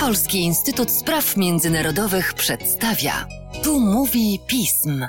Polski Instytut Spraw Międzynarodowych przedstawia. Tu mówi pism.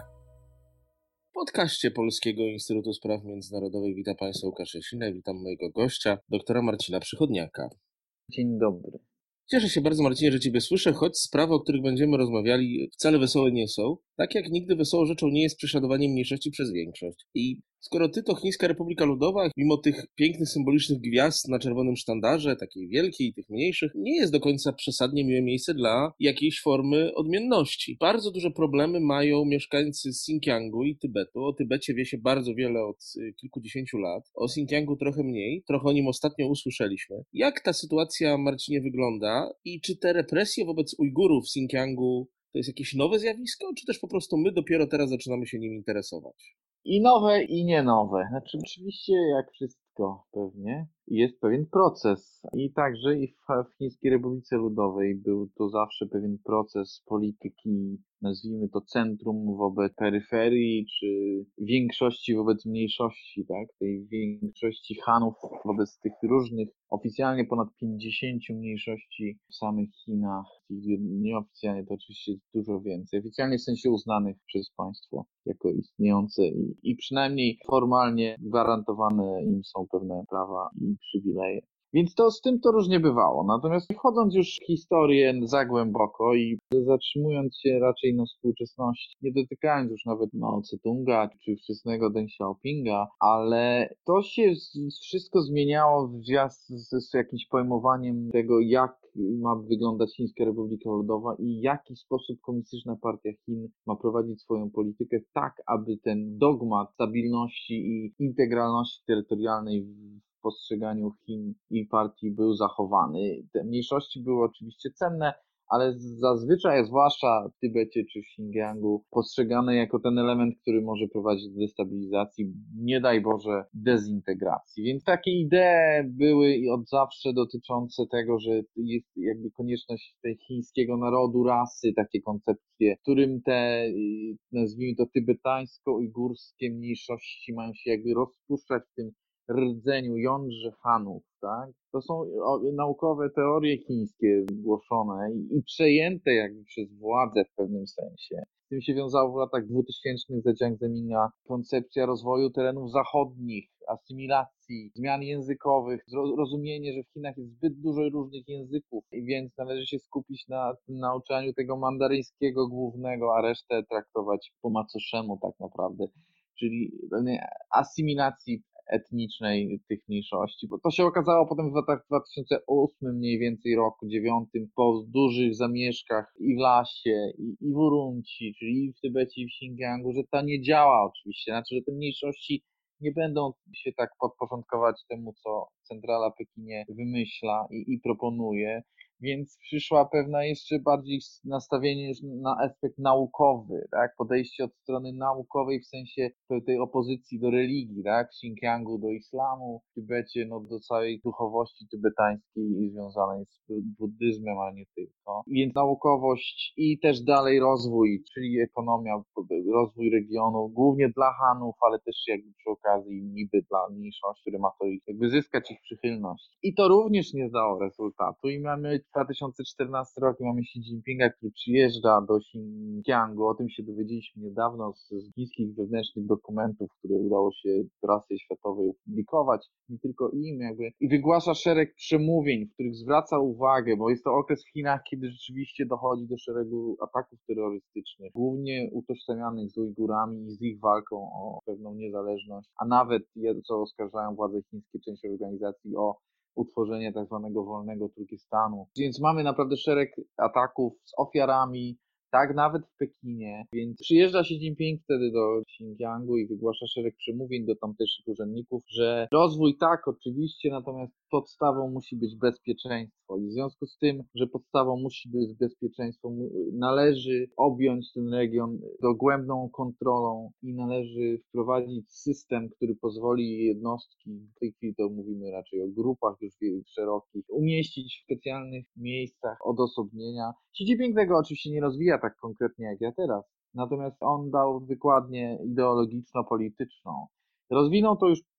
W podcaście Polskiego Instytutu Spraw Międzynarodowych witam Państwa Łukasz Jasina i witam mojego gościa, doktora Marcina Przychodniaka. Dzień dobry. Cieszę się bardzo, Marcinie, że Ciebie słyszę, choć sprawy, o których będziemy rozmawiali, wcale wesołe nie są. Tak jak nigdy wesołą rzeczą nie jest prześladowanie mniejszości przez większość. I skoro Ty to Chińska Republika Ludowa, mimo tych pięknych, symbolicznych gwiazd na czerwonym sztandarze, takiej wielkiej i tych mniejszych, nie jest do końca przesadnie miłe miejsce dla jakiejś formy odmienności. Bardzo duże problemy mają mieszkańcy Xinjiangu i Tybetu. O Tybecie wie się bardzo wiele od kilkudziesięciu lat. O Xinjiangu trochę mniej. Trochę o nim ostatnio usłyszeliśmy. Jak ta sytuacja, Marcinie, wygląda i czy te represje wobec Ujgurów w Xinjiangu to jest jakieś nowe zjawisko, czy też po prostu my dopiero teraz zaczynamy się nim interesować? I nowe, i nie nowe. Znaczy, oczywiście, jak wszystko pewnie, jest pewien proces. I także i w Chińskiej Republice Ludowej był to zawsze pewien proces polityki, nazwijmy to centrum wobec peryferii, czy większości wobec mniejszości, tak? Tej większości Hanów wobec tych różnych, oficjalnie ponad 50 mniejszości w samych Chinach. Nieoficjalnie to oczywiście jest dużo więcej. Oficjalnie w sensie uznanych przez państwo jako istniejące i przynajmniej formalnie gwarantowane im są pewne prawa i przywileje. Więc to z tym to różnie bywało. Natomiast wchodząc już w historię za głęboko i zatrzymując się raczej na współczesności, nie dotykając już nawet Mao Tse-tunga czy wczesnego Deng Xiaopinga, ale to się wszystko zmieniało wraz z jakimś pojmowaniem tego, jak ma wyglądać Chińska Republika Ludowa i w jaki sposób Komunistyczna Partia Chin ma prowadzić swoją politykę tak, aby ten dogmat stabilności i integralności terytorialnej w postrzeganiu Chin i partii był zachowany. Te mniejszości były oczywiście cenne, ale zazwyczaj, zwłaszcza w Tybecie czy w Xinjiangu, postrzegane jako ten element, który może prowadzić do destabilizacji, nie daj Boże, dezintegracji. Więc takie idee były i od zawsze dotyczące tego, że jest jakby konieczność tej chińskiego narodu, rasy, takie koncepcje, w którym te, nazwijmy to, tybetańsko-ujgurskie mniejszości mają się jakby rozpuszczać w tym rdzeniu, jądrze Hanów, tak? To są naukowe teorie chińskie głoszone i przejęte jakby przez władzę w pewnym sensie. Z tym się wiązało w latach 2000 za Jiang Zeminga koncepcja rozwoju terenów zachodnich, asymilacji, zmian językowych, rozumienie, że w Chinach jest zbyt dużo różnych języków i więc należy się skupić na tym nauczaniu tego mandaryńskiego głównego, a resztę traktować po macoszemu tak naprawdę, czyli pewnej asymilacji etnicznej tych mniejszości, bo to się okazało potem w latach 2008 mniej więcej roku 2009 po dużych zamieszkach i w Lasie, i w Urumqi, czyli i w Tybecie, i w Xinjiangu, że to nie działa oczywiście, znaczy, że te mniejszości nie będą się tak podporządkować temu, co centrala Pekinie wymyśla i proponuje, więc przyszła pewna jeszcze bardziej nastawienie na aspekt naukowy, tak? Podejście od strony naukowej w sensie tej opozycji do religii, tak? W Xinjiangu do islamu, w Tybecie no, do całej duchowości tybetańskiej i związanej z buddyzmem, ale nie tylko. Więc naukowość i też dalej rozwój, czyli ekonomia, rozwój regionu, głównie dla Hanów, ale też jakby przy okazji niby dla mniejszości, które ma to jakby zyskać ich przychylność. I to również nie dało rezultatu i mamy 2014 rok i mamy Xi Jinpinga, który przyjeżdża do Xinjiangu. O tym się dowiedzieliśmy niedawno z chińskich wewnętrznych dokumentów, które udało się prasy światowej opublikować. Nie tylko im jakby. I wygłasza szereg przemówień, w których zwraca uwagę, bo jest to okres w Chinach, kiedy rzeczywiście dochodzi do szeregu ataków terrorystycznych, głównie utożsamianych z Ujgurami i z ich walką o pewną niezależność, a nawet, co oskarżają władze chińskie, część organizacji o utworzenie tak zwanego wolnego Turkestanu. Więc mamy naprawdę szereg ataków z ofiarami, tak, nawet w Pekinie. Więc przyjeżdża Xi Jinping wtedy do Xinjiangu i wygłasza szereg przemówień do tamtejszych urzędników, że rozwój tak, oczywiście, natomiast podstawą musi być bezpieczeństwo. I w związku z tym, że podstawą musi być bezpieczeństwo, należy objąć ten region dogłębną kontrolą i należy wprowadzić system, który pozwoli jednostki, w tej chwili to mówimy raczej o grupach już szerokich, umieścić w specjalnych miejscach odosobnienia. Xi Jinping tego oczywiście nie rozwija tak konkretnie jak ja teraz, natomiast on dał wykładnię ideologiczno-polityczną. Rozwinął to już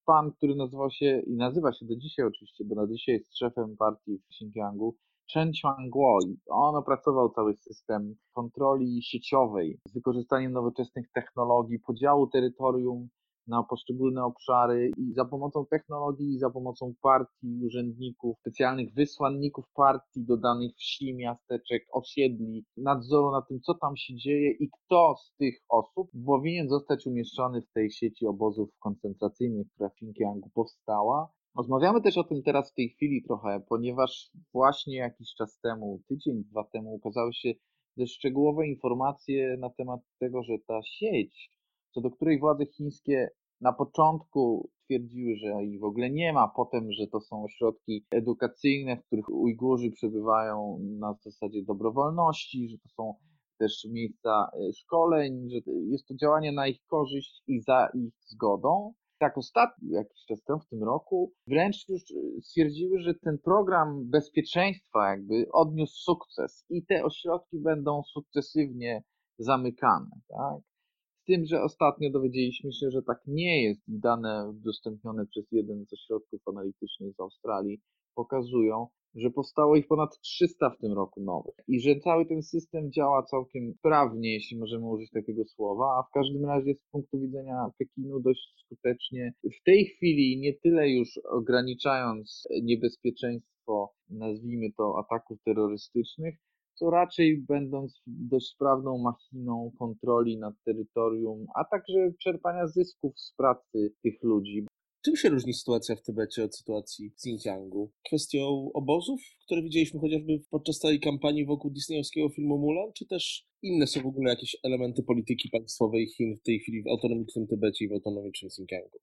pan, który nazywał się i nazywa się do dzisiaj oczywiście, bo na dzisiaj jest szefem partii w Xinjiangu, Chen Quanguo. On opracował cały system kontroli sieciowej z wykorzystaniem nowoczesnych technologii, podziału terytorium na poszczególne obszary i za pomocą technologii, za pomocą partii, urzędników, specjalnych wysłanników partii do danych wsi, miasteczek, osiedli, nadzoru nad tym, co tam się dzieje i kto z tych osób powinien zostać umieszczony w tej sieci obozów koncentracyjnych, która w Xinjiangu powstała. Rozmawiamy też o tym teraz w tej chwili trochę, ponieważ właśnie jakiś czas temu, tydzień, dwa temu ukazały się też szczegółowe informacje na temat tego, że ta sieć, co do której władze chińskie na początku twierdziły, że ich w ogóle nie ma, potem, że to są ośrodki edukacyjne, w których Ujgurzy przebywają na zasadzie dobrowolności, że to są też miejsca szkoleń, że jest to działanie na ich korzyść i za ich zgodą. Tak, ostatnio, jakiś czas temu, w tym roku, wręcz już stwierdziły, że ten program bezpieczeństwa jakby odniósł sukces i te ośrodki będą sukcesywnie zamykane, tak? Z tym, że ostatnio dowiedzieliśmy się, że tak nie jest i dane udostępnione przez jeden z ośrodków analitycznych z Australii pokazują, że powstało ich ponad 300 w tym roku nowych i że cały ten system działa całkiem sprawnie, jeśli możemy użyć takiego słowa, a w każdym razie z punktu widzenia Pekinu dość skutecznie. W tej chwili nie tyle już ograniczając niebezpieczeństwo, nazwijmy to, ataków terrorystycznych, co raczej będąc dość sprawną machiną kontroli nad terytorium, a także czerpania zysków z pracy tych ludzi. Czym się różni sytuacja w Tybecie od sytuacji w Xinjiangu? Kwestią obozów, które widzieliśmy chociażby podczas tej kampanii wokół disneyowskiego filmu Mulan, czy też inne są w ogóle jakieś elementy polityki państwowej Chin w tej chwili w autonomicznym Tybecie i w autonomicznym Xinjiangu?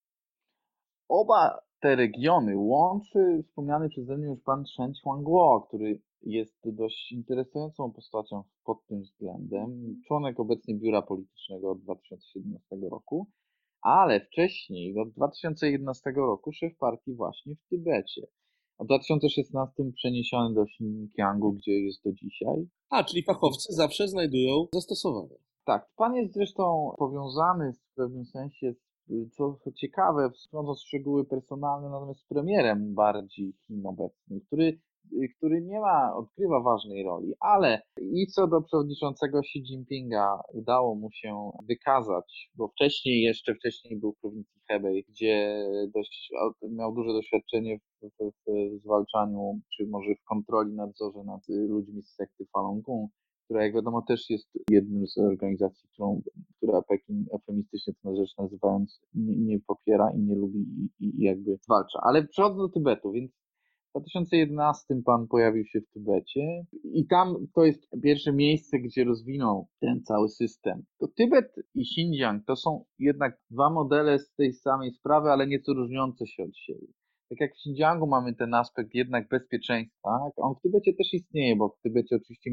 Oba te regiony łączy wspomniany przeze mnie już pan Chen Quanguo, który jest dość interesującą postacią pod tym względem. Członek obecnie biura politycznego od 2017 roku, ale wcześniej, od 2011 roku, szef partii właśnie w Tybecie. W 2016 przeniesiony do Xinjiangu, gdzie jest do dzisiaj. Czyli fachowcy zawsze znajdują zastosowanie. Tak, pan jest zresztą powiązany w pewnym sensie, co ciekawe, wschodząc w szczegóły personalne, natomiast z premierem bardziej Chin obecnym, który nie ma, odgrywa ważnej roli, ale i co do przewodniczącego Xi Jinpinga udało mu się wykazać, bo jeszcze wcześniej był w prowincji Hebei, gdzie miał duże doświadczenie w zwalczaniu, czy może w kontroli, nadzorze nad ludźmi z sekty Falun Gong, która jak wiadomo też jest jednym z organizacji, która Pekin eufemistycznie tę rzecz nazywając nie popiera i nie lubi i jakby zwalcza. Ale przechodząc do Tybetu, więc w 2011 pan pojawił się w Tybecie i tam to jest pierwsze miejsce, gdzie rozwinął ten cały system. To Tybet i Xinjiang to są jednak dwa modele z tej samej sprawy, ale nieco różniące się od siebie. Tak jak w Xinjiangu mamy ten aspekt jednak bezpieczeństwa, tak? On w Tybecie też istnieje, bo w Tybecie oczywiście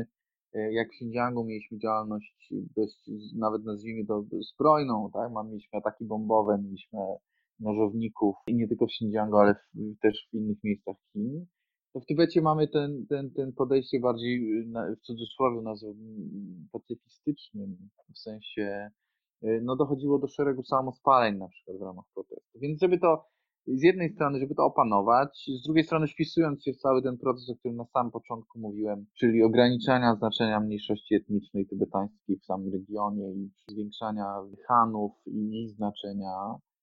jak w Xinjiangu mieliśmy działalność dość, nawet nazwijmy to zbrojną, tak? Mieliśmy ataki bombowe, mieliśmy nożowników i nie tylko w Xinjiangu, ale też w innych miejscach Chin. To w Tybecie mamy ten podejście bardziej, w cudzysłowie nazwałbym, pacyfistycznym, w sensie, no dochodziło do szeregu samospaleń na przykład w ramach protestu. Więc żeby to z jednej strony, żeby to opanować, z drugiej strony wpisując się w cały ten proces, o którym na samym początku mówiłem, czyli ograniczania znaczenia mniejszości etnicznej tybetańskiej w samym regionie i zwiększania Hanów i ich znaczenia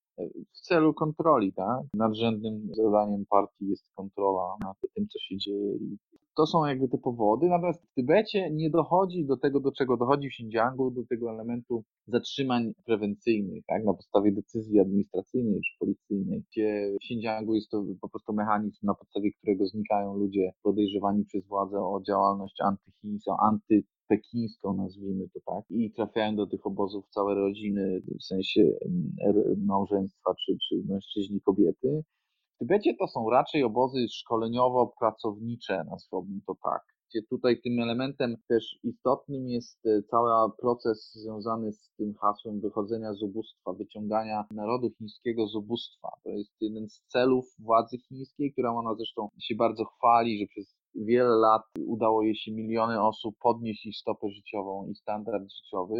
w celu kontroli, tak? Nadrzędnym zadaniem partii jest kontrola nad tym, co się dzieje i to są jakby te powody, natomiast w Tybecie nie dochodzi do tego, do czego dochodzi w Xinjiangu, do tego elementu zatrzymań prewencyjnych, tak, na podstawie decyzji administracyjnej czy policyjnej, gdzie w Xinjiangu jest to po prostu mechanizm, na podstawie którego znikają ludzie podejrzewani przez władzę o działalność antychińską, antypekińską, nazwijmy to tak, i trafiają do tych obozów całe rodziny, w sensie małżeństwa, czy mężczyźni, kobiety. W Tybecie to są raczej obozy szkoleniowo-pracownicze, nazwałbym to tak, gdzie tutaj tym elementem też istotnym jest cały proces związany z tym hasłem wychodzenia z ubóstwa, wyciągania narodu chińskiego z ubóstwa. To jest jeden z celów władzy chińskiej, którą ona zresztą się bardzo chwali, że przez wiele lat udało jej się miliony osób podnieść ich stopę życiową i standard życiowy,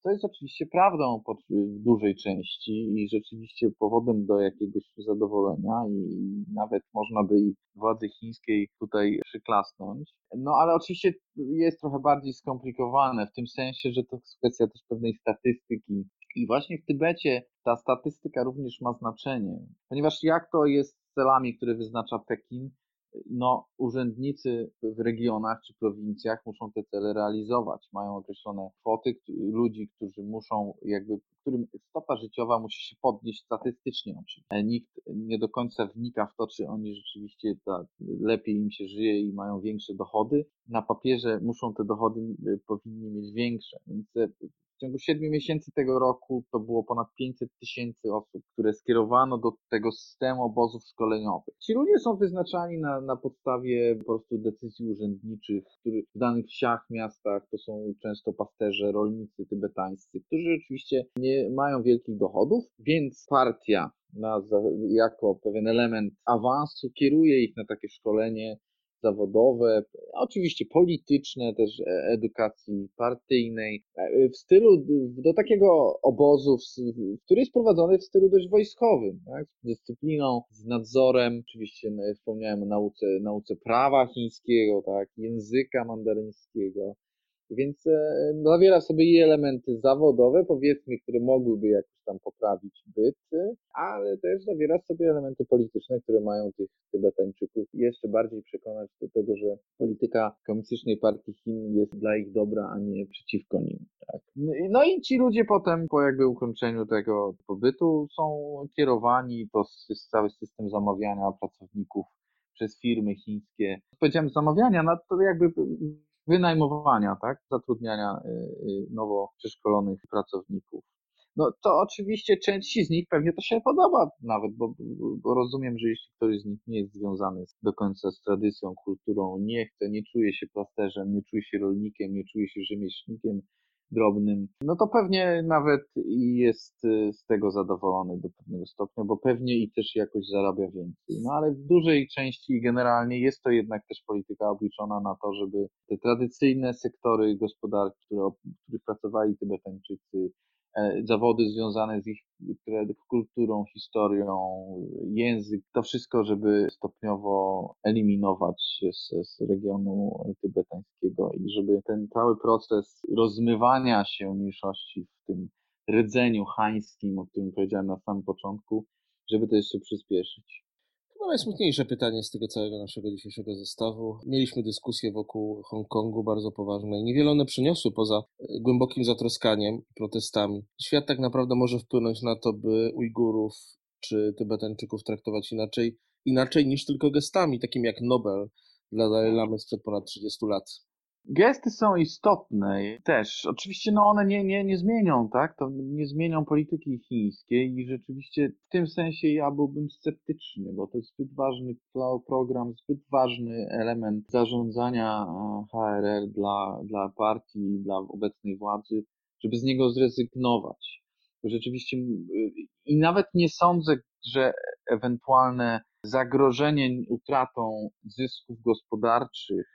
To jest oczywiście prawdą w dużej części i rzeczywiście powodem do jakiegoś zadowolenia i nawet można by i władzy chińskiej tutaj przyklasnąć. No ale oczywiście jest trochę bardziej skomplikowane w tym sensie, że to jest kwestia też pewnej statystyki. I właśnie w Tybecie ta statystyka również ma znaczenie, ponieważ jak to jest z celami, które wyznacza Pekin, no, urzędnicy w regionach czy prowincjach muszą te cele realizować. Mają określone kwoty ludzi, którzy muszą którym stopa życiowa musi się podnieść statystycznie oczywiście. Nikt nie do końca wnika w to, czy oni rzeczywiście lepiej im się żyje i mają większe dochody. Na papierze muszą te dochody powinni mieć większe. Więc w ciągu 7 miesięcy tego roku to było ponad 500 000 osób, które skierowano do tego systemu obozów szkoleniowych. Ci ludzie są wyznaczani na podstawie po prostu decyzji urzędniczych, których w danych wsiach, miastach to są często pasterze, rolnicy tybetańscy, którzy rzeczywiście nie mają wielkich dochodów, więc partia jako pewien element awansu kieruje ich na takie szkolenie zawodowe, oczywiście polityczne, też edukacji partyjnej, do takiego obozu, który jest prowadzony w stylu dość wojskowym, tak? Z dyscypliną, z nadzorem, oczywiście wspomniałem o nauce prawa chińskiego, tak? Języka mandaryńskiego, więc zawiera sobie i elementy zawodowe, powiedzmy, które mogłyby jakoś tam poprawić byt, ale też zawiera sobie elementy polityczne, które mają tych Tybetańczyków jeszcze bardziej przekonać do tego, że polityka Komunistycznej Partii Chin jest dla ich dobra, a nie przeciwko nim. Tak. No i ci ludzie potem, po ukończeniu tego pobytu, są kierowani, to jest cały system zamawiania pracowników przez firmy chińskie. Powiedziałem zamawiania, no to wynajmowania, tak? Zatrudniania nowo przeszkolonych pracowników. No to oczywiście części z nich pewnie to się podoba nawet, bo rozumiem, że jeśli ktoś z nich nie jest związany do końca z tradycją, kulturą, nie chce, nie czuje się pasterzem, nie czuje się rolnikiem, nie czuje się rzemieślnikiem drobnym, no to pewnie nawet i jest z tego zadowolony do pewnego stopnia, bo pewnie i też jakoś zarabia więcej. No ale w dużej części generalnie jest to jednak też polityka obliczona na to, żeby te tradycyjne sektory gospodarki, w których pracowali Tybetańczycy, zawody związane z ich kulturą, historią, język, to wszystko, żeby stopniowo eliminować z regionu tybetańskiego i żeby ten cały proces rozmywania się mniejszości w tym rdzeniu chańskim, o którym powiedziałem na samym początku, żeby to jeszcze przyspieszyć. Chyba najsmutniejsze pytanie z tego całego naszego dzisiejszego zestawu. Mieliśmy dyskusje wokół Hongkongu bardzo poważne i niewiele one przyniosły poza głębokim zatroskaniem i protestami. Świat tak naprawdę może wpłynąć na to, by Ujgurów czy Tybetańczyków traktować inaczej niż tylko gestami, takim jak Nobel dla Dalai Lamy sprzed ponad 30 lat. Gesty są istotne też. Oczywiście no one nie zmienią, tak? To nie zmienią polityki chińskiej i rzeczywiście w tym sensie ja byłbym sceptyczny, bo to jest zbyt ważny program, zbyt ważny element zarządzania HRL dla partii, dla obecnej władzy, żeby z niego zrezygnować. Rzeczywiście i nawet nie sądzę, że ewentualne zagrożenie utratą zysków gospodarczych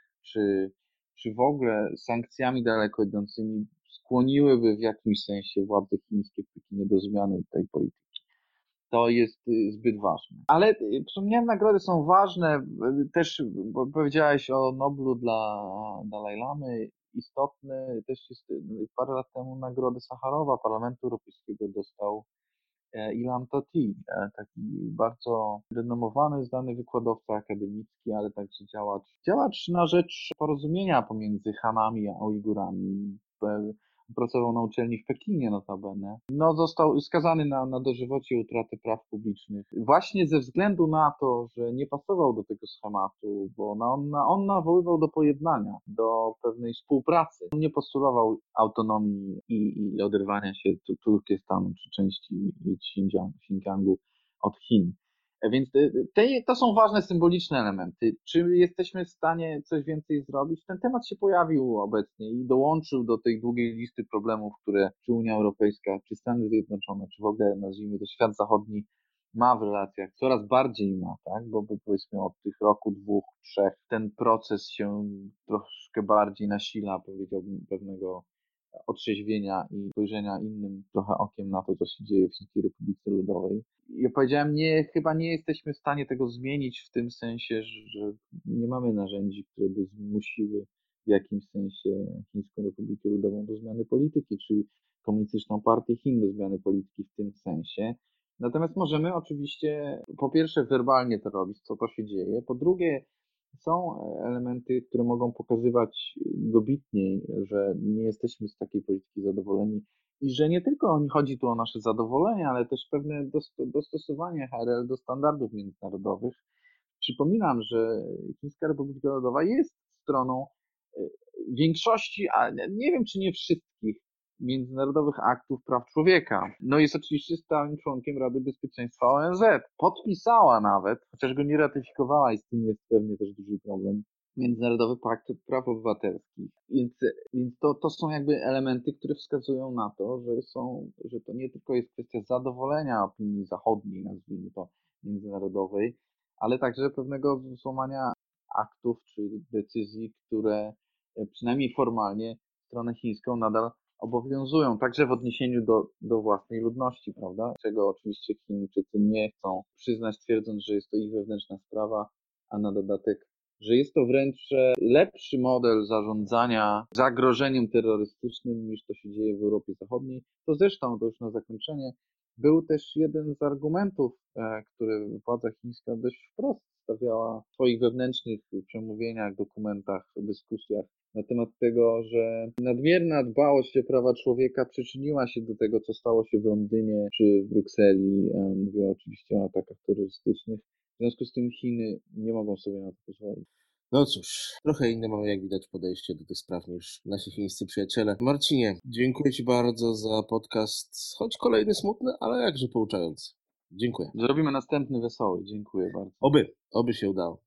czy w ogóle sankcjami daleko idącymi skłoniłyby w jakimś sensie władze chińskie w Pekinie do zmiany tej polityki. To jest zbyt ważne. Ale wspomniane nagrody są ważne. Też bo powiedziałeś o Noblu dla Dalai Lamy. Istotne też jest parę lat temu nagrody Sacharowa Parlamentu Europejskiego dostał Ilham Tohti, taki bardzo renomowany, znany wykładowca akademicki, ale także działacz na rzecz porozumienia pomiędzy Hanami a Ujgurami. Pracował na uczelni w Pekinie notabene. No, został skazany na dożywocie utratę praw publicznych. Właśnie ze względu na to, że nie pasował do tego schematu, bo on nawoływał do pojednania, do pewnej współpracy. On nie postulował autonomii i oderwania się Turkestanu czy części Xinjiangu od Chin. Więc to są ważne symboliczne elementy. Czy jesteśmy w stanie coś więcej zrobić? Ten temat się pojawił obecnie i dołączył do tej długiej listy problemów, które czy Unia Europejska, czy Stany Zjednoczone, czy w ogóle nazwijmy to świat zachodni ma w relacjach, coraz bardziej ma, tak? Bo powiedzmy od tych roku, 2, 3 ten proces się troszkę bardziej nasila, powiedziałbym, pewnego otrzeźwienia i spojrzenia innym trochę okiem na to, co się dzieje w Chińskiej Republice Ludowej. Ja powiedziałem, chyba nie jesteśmy w stanie tego zmienić w tym sensie, że nie mamy narzędzi, które by zmusiły w jakimś sensie Chińską Republikę Ludową do zmiany polityki, czy Komunistyczną Partię Chin do zmiany polityki w tym sensie. Natomiast możemy oczywiście po pierwsze werbalnie to robić, co to się dzieje, po drugie są elementy, które mogą pokazywać dobitniej, że nie jesteśmy z takiej polityki zadowoleni i że nie tylko chodzi tu o nasze zadowolenie, ale też pewne dostosowanie HRL do standardów międzynarodowych. Przypominam, że Chińska Republika Ludowa jest stroną większości, a nie wiem czy nie wszystkich międzynarodowych aktów praw człowieka. No jest oczywiście stałym członkiem Rady Bezpieczeństwa ONZ. Podpisała nawet, chociaż go nie ratyfikowała i z tym jest pewnie też duży problem, Międzynarodowy Pakt Praw Obywatelskich. Więc to są jakby elementy, które wskazują na to, że to nie tylko jest kwestia zadowolenia opinii zachodniej, nazwijmy to, międzynarodowej, ale także pewnego złamania aktów czy decyzji, które przynajmniej formalnie stronę chińską nadal obowiązują, także w odniesieniu do własnej ludności, prawda? Czego oczywiście Chińczycy nie chcą przyznać, twierdząc, że jest to ich wewnętrzna sprawa, a na dodatek, że jest to wręcz lepszy model zarządzania zagrożeniem terrorystycznym niż to się dzieje w Europie Zachodniej. To zresztą, to już na zakończenie, był też jeden z argumentów, który władza chińska dość wprost stawiała w swoich wewnętrznych przemówieniach, dokumentach, dyskusjach na temat tego, że nadmierna dbałość o prawa człowieka przyczyniła się do tego, co stało się w Londynie czy w Brukseli. Mówię oczywiście o atakach terrorystycznych. W związku z tym Chiny nie mogą sobie na to pozwolić. No cóż, trochę inne mamy, jak widać, podejście do tych spraw niż nasi chińscy przyjaciele. Marcinie, dziękuję Ci bardzo za podcast, choć kolejny smutny, ale jakże pouczający. Dziękuję. Zrobimy następny wesoły. Dziękuję bardzo. Oby się udało.